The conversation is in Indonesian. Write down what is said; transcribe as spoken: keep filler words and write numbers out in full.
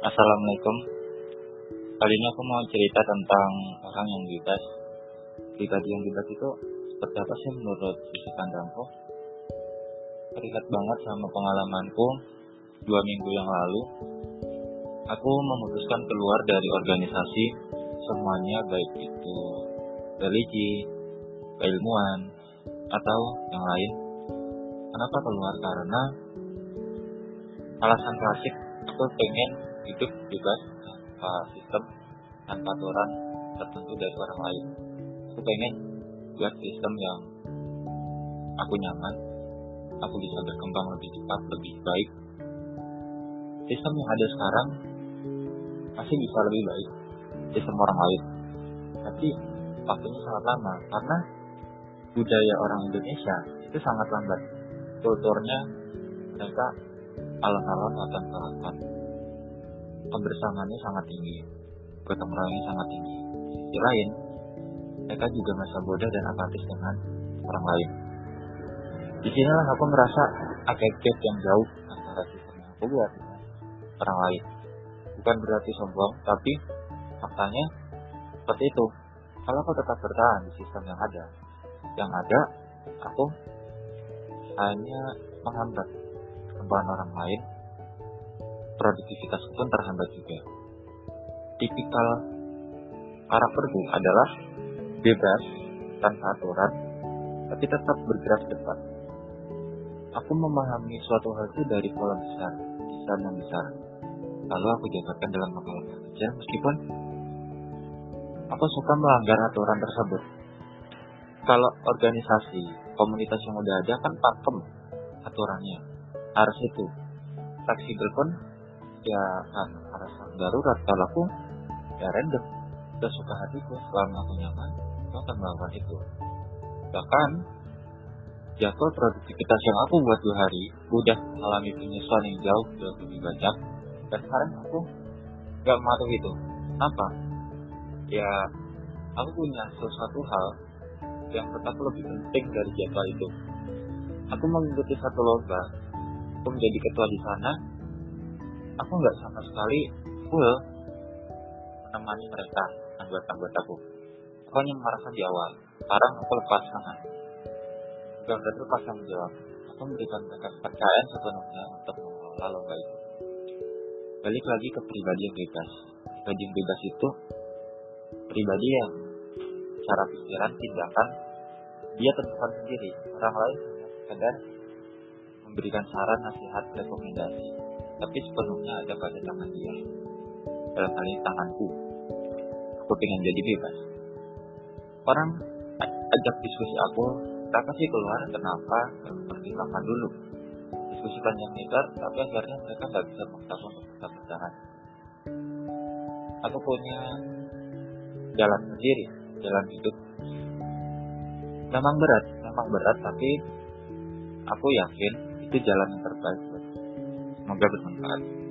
Assalamualaikum. Kali ini aku mau cerita tentang orang yang bebas. Pribadi yang bebas itu seperti apa sih menurut sisi pandangku? Terlihat banget sama pengalamanku dua minggu yang lalu. Aku memutuskan keluar dari organisasi semuanya, baik itu religi, keilmuan, atau yang lain. Kenapa keluar? Karena alasan klasik, aku pengen hidup bebas tanpa sistem, tanpa aturan tertentu dari orang lain. Aku pengen buat sistem yang aku nyaman, aku bisa berkembang lebih cepat, lebih baik. Sistem yang ada sekarang masih bisa lebih baik sistem orang lain, tapi waktunya sangat lama karena budaya orang Indonesia itu sangat lambat. Kulturnya mereka alon-alon akan kebersamaannya sangat tinggi, gotong royongnya sangat tinggi. Di sisi lain, mereka juga masa bodoh dan apatis dengan orang lain. Di sinilah aku merasa ada gap yang jauh antara sistem yang aku buat dengan orang lain. Bukan berarti sombong, tapi faktanya seperti itu. Kalau aku tetap bertahan di sistem yang ada, yang ada, aku hanya menghambat perkembangan orang lain. Produktivitasku pun terhambat juga. Tipikal karakterku adalah bebas, tanpa aturan, tapi tetap bergerak cepat. Aku memahami suatu hal itu dari pola besar, desain yang besar. Lalu aku jabarkan dalam makalah kecil, meskipun aku suka melanggar aturan tersebut. Kalau organisasi, komunitas yang udah ada kan pakem aturannya, harus itu. Fleksibel pun ya kan alasan darurat. Kalau aku ya random, udah suka hatiku, selama aku nyaman aku akan melakukan itu. Bahkan jadwal produktivitas yang aku buat dua hari udah mengalami penyesuaian yang jauh jauh lebih banyak, dan sekarang aku gak mematuhi itu. Kenapa? Ya aku punya sesuatu hal yang menurut aku lebih penting dari jadwal itu. Aku mengikuti satu lomba, aku menjadi ketua di sana. Aku nggak sama sekali full menemani mereka, anggota-anggotaku. Aku hanya mengarahkan di awal. Sekarang aku lepas tangan. Bukan berarti lepas tanggung jawab. Aku memberikan mereka kepercayaan sepenuhnya untuk mengelola lomba itu. Balik lagi ke pribadi yang bebas. Pribadi yang bebas itu pribadi yang cara pikiran, tindakan dia tentukan sendiri. Orang lain hanya sekedar memberikan saran, nasihat, rekomendasi, tapi sepenuhnya ada pada tangan dia. Dalam hal ini tanganku. Aku pengen jadi bebas. Orang ajak diskusi aku, kenapa sih keluar, kenapa, pertimbangkan dulu. Diskusi panjang lebar, tapi akhirnya mereka nggak bisa memaksa untuk tetap bertahan. Aku punya jalan sendiri, jalan hidup. Memang berat, memang berat, tapi aku yakin itu jalan yang terbaik. Semoga bermanfaat.